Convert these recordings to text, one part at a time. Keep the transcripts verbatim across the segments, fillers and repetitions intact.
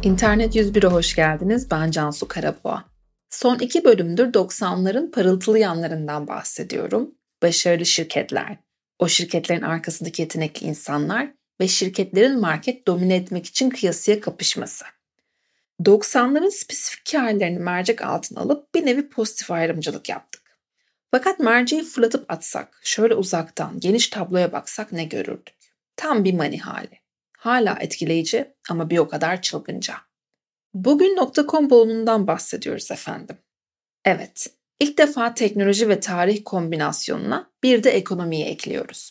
İnternet yüz bire hoş geldiniz. Ben Cansu Karaboğa. Son iki bölümdür doksanların parıltılı yanlarından bahsediyorum. Başarılı şirketler, o şirketlerin arkasındaki yetenekli insanlar ve şirketlerin market domine etmek için kıyasıya kapışması. doksanların spesifik hikayelerini mercek altına alıp bir nevi pozitif ayrımcılık yaptık. Fakat merceği fırlatıp atsak, şöyle uzaktan geniş tabloya baksak ne görürdük? Tam bir money hali. Hala etkileyici ama bir o kadar çılgınca. Bugün .com balonundan bahsediyoruz efendim. Evet, ilk defa teknoloji ve tarih kombinasyonuna bir de ekonomiyi ekliyoruz.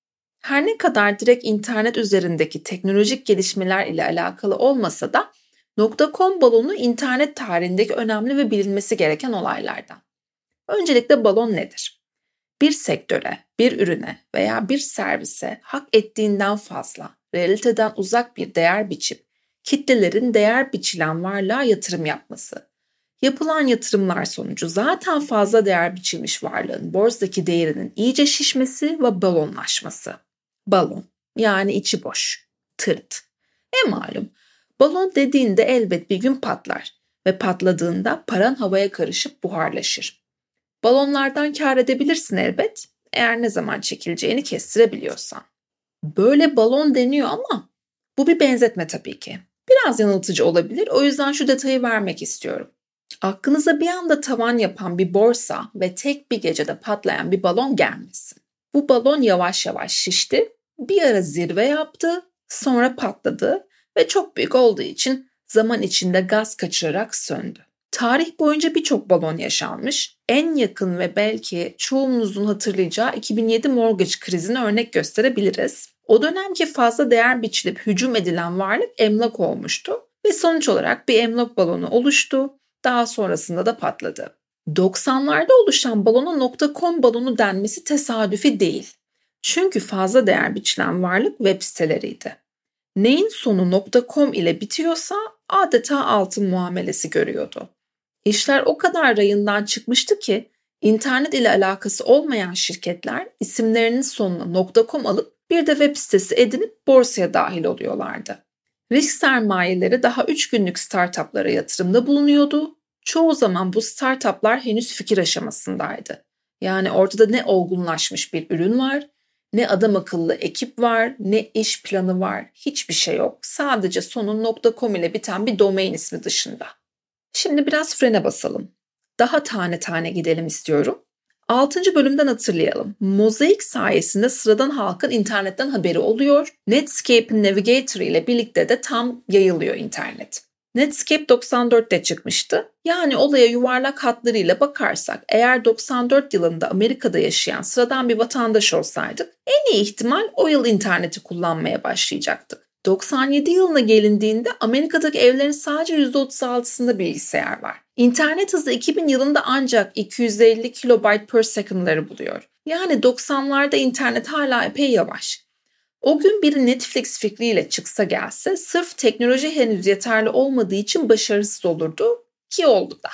Her ne kadar direkt internet üzerindeki teknolojik gelişmeler ile alakalı olmasa da .com balonu internet tarihindeki önemli ve bilinmesi gereken olaylardan. Öncelikle balon nedir? Bir sektöre, bir ürüne veya bir servise hak ettiğinden fazla, realiteden uzak bir değer biçip kitlelerin değer biçilen varlığa yatırım yapması. Yapılan yatırımlar sonucu zaten fazla değer biçilmiş varlığın borsadaki değerinin iyice şişmesi ve balonlaşması. Balon, yani içi boş, tırt. E malum, balon dediğinde elbet bir gün patlar ve patladığında paran havaya karışıp buharlaşır. Balonlardan kâr edebilirsin elbet, eğer ne zaman çekileceğini kestirebiliyorsan. Böyle balon deniyor ama bu bir benzetme tabii ki. Biraz yanıltıcı olabilir, o yüzden şu detayı vermek istiyorum. Aklınıza bir anda tavan yapan bir borsa ve tek bir gecede patlayan bir balon gelmesin. Bu balon yavaş yavaş şişti, bir ara zirve yaptı, sonra patladı ve çok büyük olduğu için zaman içinde gaz kaçırarak söndü. Tarih boyunca birçok balon yaşanmış, en yakın ve belki çoğumuzun hatırlayacağı iki bin yedi mortgage krizine örnek gösterebiliriz. O dönemki fazla değer biçilip hücum edilen varlık emlak olmuştu ve sonuç olarak bir emlak balonu oluştu, daha sonrasında da patladı. doksanlarda oluşan balona .com balonu denmesi tesadüfi değil. Çünkü fazla değer biçilen varlık web siteleriydi. Neyin sonu .com ile bitiyorsa adeta altın muamelesi görüyordu. İşler o kadar rayından çıkmıştı ki internet ile alakası olmayan şirketler isimlerinin sonuna .com alıp bir de web sitesi edinip borsaya dahil oluyorlardı. Risk sermayeleri daha üç günlük startuplara yatırımda bulunuyordu. Çoğu zaman bu startuplar henüz fikir aşamasındaydı. Yani ortada ne olgunlaşmış bir ürün var, ne adam akıllı ekip var, ne iş planı var, hiçbir şey yok. Sadece sonu .com ile biten bir domain ismi dışında. Şimdi biraz frene basalım. Daha tane tane gidelim istiyorum. altıncı bölümden hatırlayalım. Mozaik sayesinde sıradan halkın internetten haberi oluyor. Netscape'in Navigator ile birlikte de tam yayılıyor internet. Netscape doksan dörtte çıkmıştı. Yani olaya yuvarlak hatlarıyla bakarsak eğer doksan dört yılında Amerika'da yaşayan sıradan bir vatandaş olsaydık en iyi ihtimal o yıl interneti kullanmaya başlayacaktık. doksan yedi yılına gelindiğinde Amerika'daki evlerin sadece yüzde otuz altısında bilgisayar var. İnternet hızı iki bin yılında ancak iki yüz elli kilobayt per second'ları buluyor. Yani doksanlarda internet hala epey yavaş. O gün biri Netflix fikriyle çıksa gelse sırf teknoloji henüz yeterli olmadığı için başarısız olurdu ki oldu da.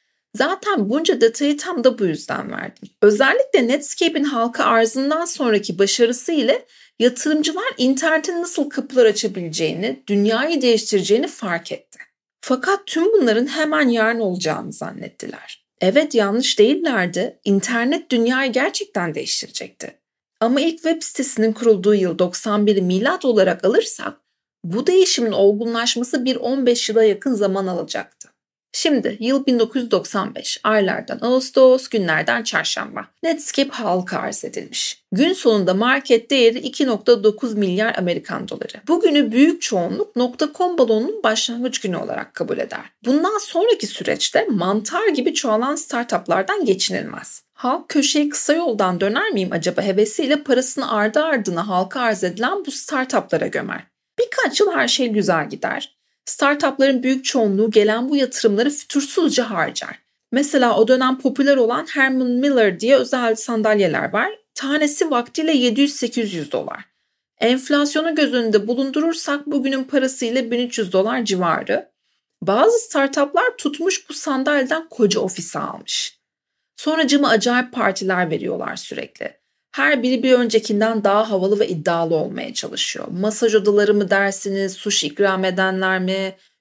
Zaten bunca detayı tam da bu yüzden verdim. Özellikle Netscape'in halka arzından sonraki başarısı ile yatırımcılar internetin nasıl kapılar açabileceğini, dünyayı değiştireceğini fark etti. Fakat tüm bunların hemen yarın olacağını zannettiler. Evet, yanlış değillerdi. İnternet dünyayı gerçekten değiştirecekti. Ama ilk web sitesinin kurulduğu yıl doksan biri milat olarak alırsak bu değişimin olgunlaşması bir on beş yıla yakın zaman alacaktı. Şimdi yıl bin dokuz yüz doksan beş, aylardan Ağustos, günlerden çarşamba. Netscape halka arz edilmiş. Gün sonunda market değeri iki virgül dokuz milyar Amerikan doları. Bugünü büyük çoğunluk .com balonunun başlangıç günü olarak kabul eder. Bundan sonraki süreçte mantar gibi çoğalan startuplardan geçinilmez. Halk köşeyi kısa yoldan döner miyim acaba hevesiyle parasını ardı ardına halka arz edilen bu startuplara gömer. Birkaç yıl her şey güzel gider. Startupların büyük çoğunluğu gelen bu yatırımları fütursuzca harcar. Mesela o dönem popüler olan Herman Miller diye özel sandalyeler var. Tanesi vaktiyle yedi yüz sekiz yüz dolar. Enflasyonu göz önünde bulundurursak bugünün parasıyla bin üç yüz dolar civarı. Bazı startuplar tutmuş bu sandalyeden koca ofisi almış. Sonracığıma acayip partiler veriyorlar sürekli. Her biri bir öncekinden daha havalı ve iddialı olmaya çalışıyor. Masaj odaları mı dersiniz, sushi ikram edenler mi,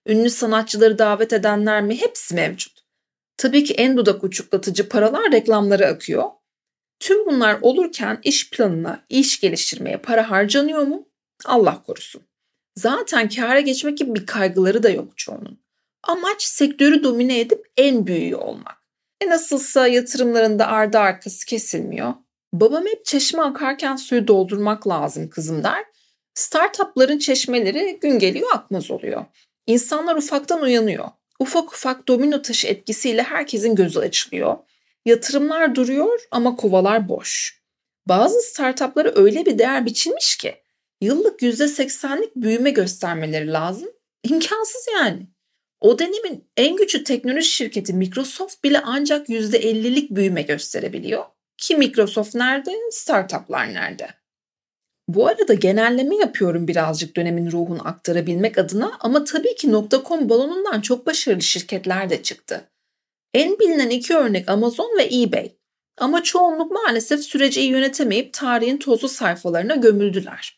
Ünlü sanatçıları davet edenler mi? Hepsi mevcut. Tabii ki en dudak uçuklatıcı paralar reklamlara akıyor. Tüm bunlar olurken iş planına, iş geliştirmeye para harcanıyor mu? Allah korusun. Zaten kâra geçmek gibi bir kaygıları da yok çoğunun. Amaç sektörü domine edip en büyüğü olmak. E nasılsa yatırımlarında ardı arkası kesilmiyor. Babam hep çeşme akarken suyu doldurmak lazım kızım der. Startupların çeşmeleri gün geliyor akmaz oluyor. İnsanlar ufaktan uyanıyor. Ufak ufak domino taşı etkisiyle herkesin gözü açılıyor. Yatırımlar duruyor ama kovalar boş. Bazı startuplara öyle bir değer biçilmiş ki yıllık yüzde seksenlik büyüme göstermeleri lazım. İmkansız yani. O dönemin en güçlü teknoloji şirketi Microsoft bile ancak yüzde ellilik büyüme gösterebiliyor. Ki Microsoft nerede, startuplar nerede? Bu arada genelleme yapıyorum birazcık dönemin ruhunu aktarabilmek adına ama tabii ki nokta com balonundan çok başarılı şirketler de çıktı. En bilinen iki örnek Amazon ve eBay. Ama çoğunluk maalesef süreci iyi yönetemeyip tarihin tozlu sayfalarına gömüldüler.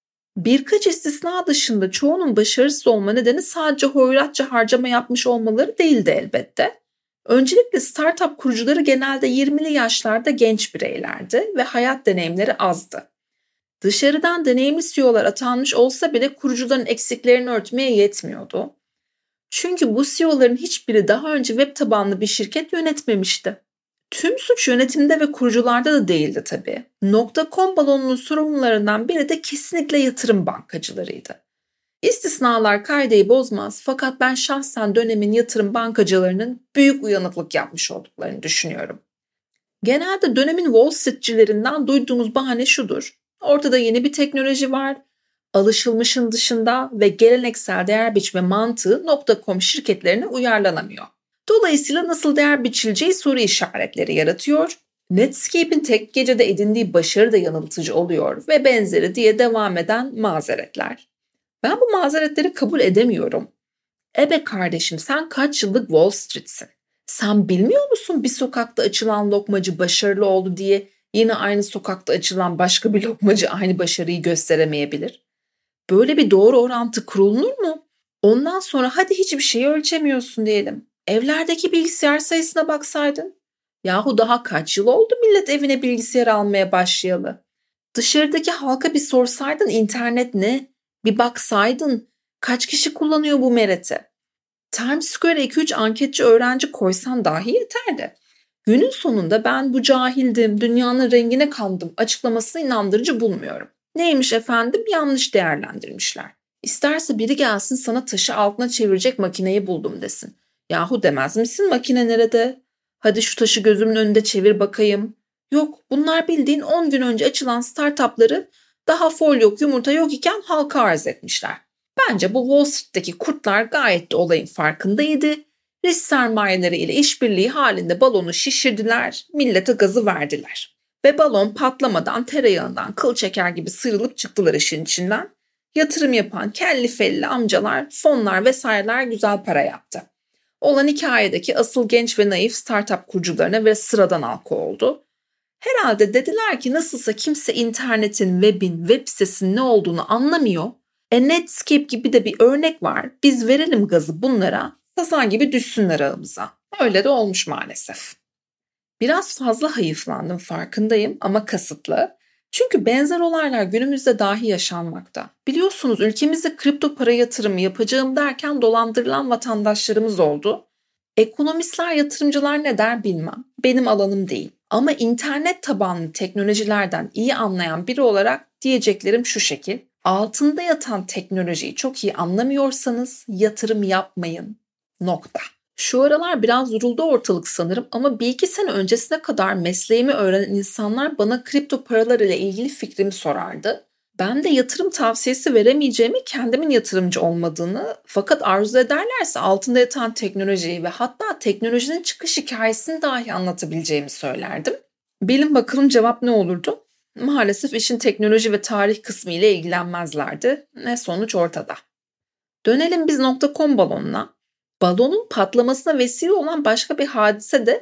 Birkaç istisna dışında çoğunun başarısız olma nedeni sadece hoyratça harcama yapmış olmaları değildi elbette. Öncelikle startup kurucuları genelde yirmili yaşlarda genç bireylerdi ve hayat deneyimleri azdı. Dışarıdan deneyimli C E O'lar atanmış olsa bile kurucuların eksiklerini örtmeye yetmiyordu. Çünkü bu C E O'ların hiçbiri daha önce web tabanlı bir şirket yönetmemişti. Tüm suç yönetimde ve kurucularda da değildi tabii. nokta com balonunun sorumlularından biri de kesinlikle yatırım bankacılarıydı. İstisnalar kaideyi bozmaz fakat ben şahsen dönemin yatırım bankacılarının büyük uyanıklık yapmış olduklarını düşünüyorum. Genelde dönemin Wall Street'çilerinden duyduğumuz bahane şudur. Ortada yeni bir teknoloji var. Alışılmışın dışında ve geleneksel değer biçme mantığı nokta com şirketlerine uyarlanamıyor. Dolayısıyla nasıl değer biçileceği soru işaretleri yaratıyor. Netscape'in tek gecede edindiği başarı da yanıltıcı oluyor ve benzeri diye devam eden mazeretler. Ben bu mazeretleri kabul edemiyorum. Ebe kardeşim sen kaç yıllık Wall Street'sin? Sen bilmiyor musun bir sokakta açılan lokmacı başarılı oldu diye yine aynı sokakta açılan başka bir lokmacı aynı başarıyı gösteremeyebilir? Böyle bir doğru orantı kurulur mu? Ondan sonra hadi hiçbir şeyi ölçemiyorsun diyelim. Evlerdeki bilgisayar sayısına baksaydın. Yahu daha kaç yıl oldu millet evine bilgisayar almaya başlayalı. Dışarıdaki halka bir sorsaydın internet ne? Bir baksaydın kaç kişi kullanıyor bu mereti? Times Square'e iki üç anketçi öğrenci koysan dahi yeterdi. Günün sonunda ben bu cahildim, dünyanın rengine kandım açıklamasını inandırıcı bulmuyorum. Neymiş efendim? Yanlış değerlendirmişler. İsterse biri gelsin sana taşı altına çevirecek makineyi buldum desin. Yahu demez misin makine nerede? Hadi şu taşı gözümün önünde çevir bakayım. Yok bunlar bildiğin on gün önce açılan startupları daha fol yok yumurta yok iken halka arz etmişler. Bence bu Wall Street'teki kurtlar gayet de olayın farkındaydı. Risk sermayeleri ile işbirliği halinde balonu şişirdiler, millete gazı verdiler. Ve balon patlamadan tereyağından kıl çeker gibi sıyrılıp çıktılar işin içinden. Yatırım yapan kelli felli amcalar, fonlar vesaireler güzel para yaptı. Olan hikayedeki asıl genç ve naif startup kurucularına ve sıradan halka oldu. Herhalde dediler ki nasılsa kimse internetin, webin, web sitesinin ne olduğunu anlamıyor. E Netscape gibi de bir örnek var. Biz verelim gazı bunlara, kazan gibi düşsünler ağımıza. Öyle de olmuş maalesef. Biraz fazla hayıflandım farkındayım ama kasıtlı. Çünkü benzer olaylar günümüzde dahi yaşanmakta. Biliyorsunuz ülkemizde kripto para yatırımı yapacağım derken dolandırılan vatandaşlarımız oldu. Ekonomistler, yatırımcılar ne der bilmem. Benim alanım değil. Ama internet tabanlı teknolojilerden iyi anlayan biri olarak diyeceklerim şu şekil. Altında yatan teknolojiyi çok iyi anlamıyorsanız yatırım yapmayın. Nokta. Şu aralar biraz duruldu ortalık sanırım ama bir iki sene öncesine kadar mesleğimi öğrenen insanlar bana kripto paralar ile ilgili fikrimi sorardı. Ben de yatırım tavsiyesi veremeyeceğimi, kendimin yatırımcı olmadığını fakat arzu ederlerse altında yatan teknolojiyi ve hatta teknolojinin çıkış hikayesini dahi anlatabileceğimi söylerdim. Bilin bakalım cevap ne olurdu? Maalesef işin teknoloji ve tarih kısmı ile ilgilenmezlerdi. Ne sonuç ortada. Dönelim biz nokta com balonuna. Balonun patlamasına vesile olan başka bir hadise de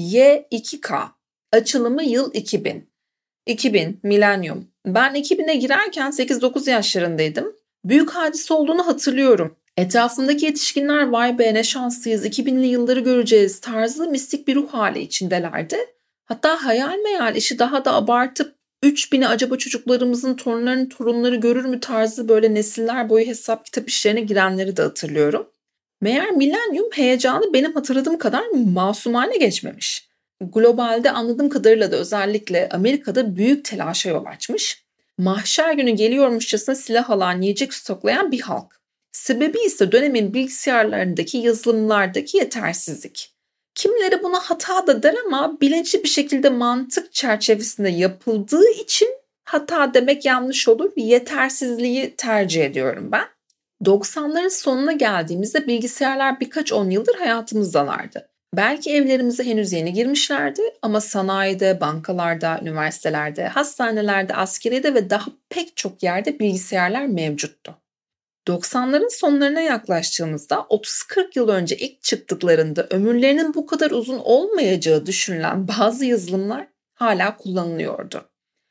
Y iki K. Açılımı yıl iki bin. iki bin, milenyum. Ben iki bine girerken sekiz dokuz yaşlarındaydım. Büyük hadise olduğunu hatırlıyorum. Etrafındaki yetişkinler vay be ne şanslıyız, iki binli yılları göreceğiz tarzı mistik bir ruh hali içindelerdi. Hatta hayal meyal işi daha da abartıp üç bini acaba çocuklarımızın torunlarının torunları görür mü tarzı böyle nesiller boyu hesap kitap işlerine girenleri de hatırlıyorum. Meğer milenyum heyecanı benim hatırladığım kadar masumane geçmemiş. Globalde anladığım kadarıyla da özellikle Amerika'da büyük telaşa yol açmış. Mahşer günü geliyormuşçasına silah alan, yiyecek stoklayan bir halk. Sebebi ise dönemin bilgisayarlarındaki yazılımlardaki yetersizlik. Kimileri buna hata da der ama bilinçli bir şekilde mantık çerçevesinde yapıldığı için hata demek yanlış olur. Yetersizliği tercih ediyorum ben. doksanların sonuna geldiğimizde bilgisayarlar birkaç on yıldır hayatımızdalardı. Belki evlerimize henüz yeni girmişlerdi ama sanayide, bankalarda, üniversitelerde, hastanelerde, askeriyede ve daha pek çok yerde bilgisayarlar mevcuttu. doksanların sonlarına yaklaştığımızda otuz kırk yıl önce ilk çıktıklarında ömürlerinin bu kadar uzun olmayacağı düşünülen bazı yazılımlar hala kullanılıyordu.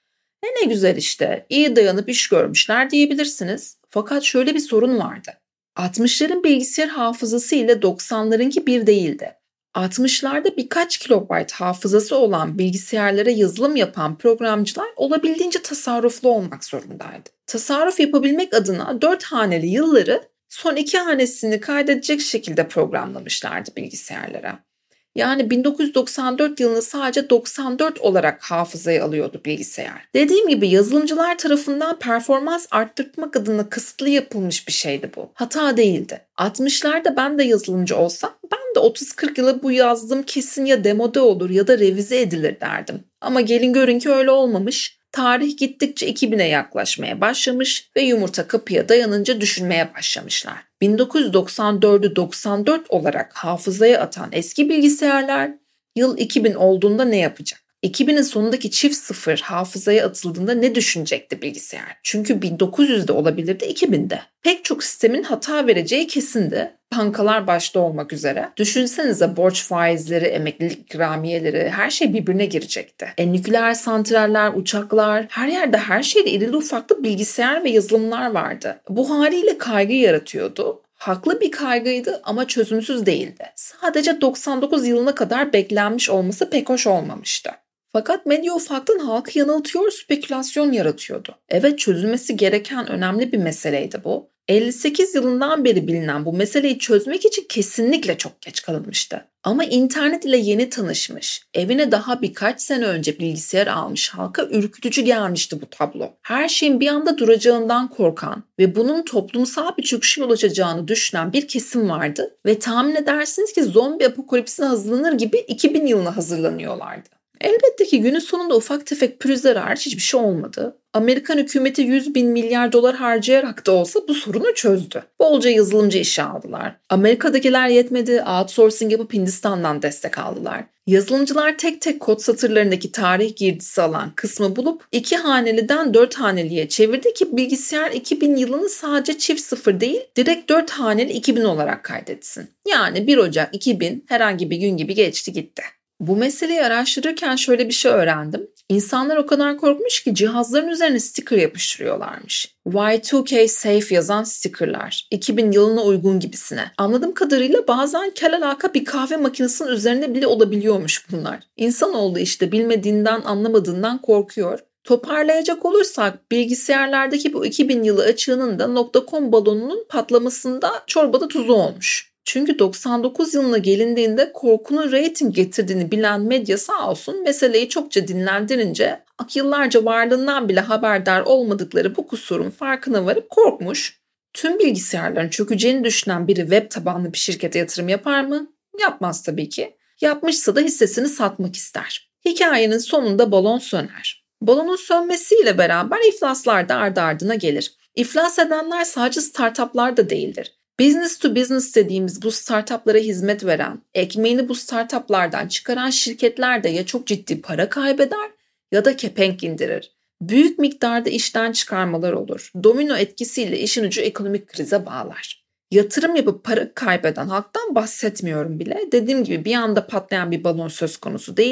E ne güzel işte, iyi dayanıp iş görmüşler diyebilirsiniz. Fakat şöyle bir sorun vardı. altmışların bilgisayar hafızası ile doksanlarınki bir değildi. altmışlarda birkaç kilobayt hafızası olan bilgisayarlara yazılım yapan programcılar olabildiğince tasarruflu olmak zorundaydı. Tasarruf yapabilmek adına dört haneli yılları son iki hanesini kaydedecek şekilde programlamışlardı bilgisayarlara. Yani bin dokuz yüz doksan dört yılını sadece doksan dört olarak hafızaya alıyordu bilgisayar. Dediğim gibi yazılımcılar tarafından performans arttırmak adına kısıtlı yapılmış bir şeydi bu. Hata değildi. altmışlarda ben de yazılımcı olsam ben de otuz kırk yıla bu yazdığım kesin ya demode olur ya da revize edilir derdim. Ama gelin görün ki öyle olmamış. Tarih gittikçe iki bine yaklaşmaya başlamış ve yumurta kapıya dayanınca düşünmeye başlamışlar. bin dokuz yüz doksan dördü doksan dört olarak hafızaya atan eski bilgisayarlar yıl iki bin olduğunda ne yapacak? iki binin sonundaki çift sıfır hafızaya atıldığında ne düşünecekti bilgisayar? Çünkü bin dokuz yüzde olabilirdi iki binde. Pek çok sistemin hata vereceği kesindi. Bankalar başta olmak üzere. Düşünsenize borç faizleri, emeklilik ikramiyeleri her şey birbirine girecekti. E, nükleer santraller, uçaklar, her yerde her şeyde irili ufaklı bilgisayar ve yazılımlar vardı. Bu haliyle kaygı yaratıyordu. Haklı bir kaygıydı ama çözümsüz değildi. Sadece doksan dokuz yılına kadar beklenmiş olması pek hoş olmamıştı. Fakat medya ufaktan halkı yanıltıyor, spekülasyon yaratıyordu. Evet, çözülmesi gereken önemli bir meseleydi bu. elli sekiz yılından beri bilinen bu meseleyi çözmek için kesinlikle çok geç kalınmıştı. Ama internet ile yeni tanışmış, evine daha birkaç sene önce bilgisayar almış halka ürkütücü gelmişti bu tablo. Her şeyin bir anda duracağından korkan ve bunun toplumsal bir çöküşe yol açacağını düşünen bir kesim vardı ve tahmin edersiniz ki zombi apokalipsine hazırlanır gibi iki bin yılına hazırlanıyorlardı. Elbette ki günün sonunda ufak tefek pürüzler hariç hiçbir şey olmadı. Amerikan hükümeti yüz bin milyar dolar harcayarak da olsa bu sorunu çözdü. Bolca yazılımcı işe aldılar. Amerika'dakiler yetmedi, outsourcing yapıp Hindistan'dan destek aldılar. Yazılımcılar tek tek kod satırlarındaki tarih girdisi alan kısmı bulup iki haneliden dört haneliye çevirdi ki bilgisayar iki bin yılını sadece çift sıfır değil, direkt dört haneli iki bin olarak kaydetsin. Yani bir Ocak iki bin herhangi bir gün gibi geçti gitti. Bu meseleyi araştırırken şöyle bir şey öğrendim. İnsanlar o kadar korkmuş ki cihazların üzerine sticker yapıştırıyorlarmış. Y iki K safe yazan stickerlar. iki bin yılına uygun gibisine. Anladığım kadarıyla bazen kel alaka bir kahve makinesinin üzerinde bile olabiliyormuş bunlar. İnsanoğlu işte bilmediğinden, anlamadığından korkuyor. Toparlayacak olursak bilgisayarlardaki bu iki bin yılı açığının da nokta com balonunun patlamasında çorbada tuzu olmuş. Çünkü doksan dokuz yılına gelindiğinde korkunun reyting getirdiğini bilen medya sağ olsun meseleyi çokça dinlendirince yıllarca varlığından bile haberdar olmadıkları bu kusurun farkına varıp korkmuş. Tüm bilgisayarların çökeceğini düşünen biri web tabanlı bir şirkete yatırım yapar mı? Yapmaz tabii ki. Yapmışsa da hissesini satmak ister. Hikayenin sonunda balon söner. Balonun sönmesiyle beraber iflaslar da ardı ardına gelir. İflas edenler sadece startuplar da değildir. Business to business dediğimiz bu startuplara hizmet veren, ekmeğini bu startuplardan çıkaran şirketler de ya çok ciddi para kaybeder ya da kepenk indirir. Büyük miktarda işten çıkarmalar olur. Domino etkisiyle işin ucu ekonomik krize bağlar. Yatırım yapıp para kaybeden halktan bahsetmiyorum bile. Dediğim gibi bir anda patlayan bir balon söz konusu değil.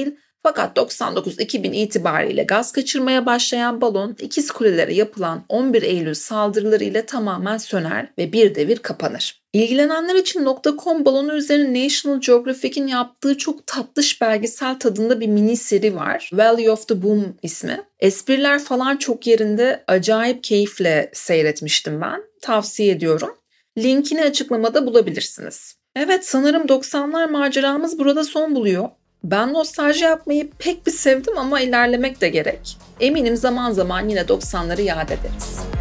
Fakat doksan dokuz iki bin itibariyle gaz kaçırmaya başlayan balon İkiz Kulelere yapılan on bir Eylül saldırıları ile tamamen söner ve bir devir kapanır. İlgilenenler için .com balonu üzerine National Geographic'in yaptığı çok tatlış belgesel tadında bir mini seri var. Valley of the Boom ismi. Espriler falan çok yerinde, acayip keyifle seyretmiştim ben. Tavsiye ediyorum. Linkini açıklamada bulabilirsiniz. Evet, sanırım doksanlar maceramız burada son buluyor. Ben nostalji yapmayı pek bir sevdim ama ilerlemek de gerek. Eminim zaman zaman yine doksanları yad ederiz.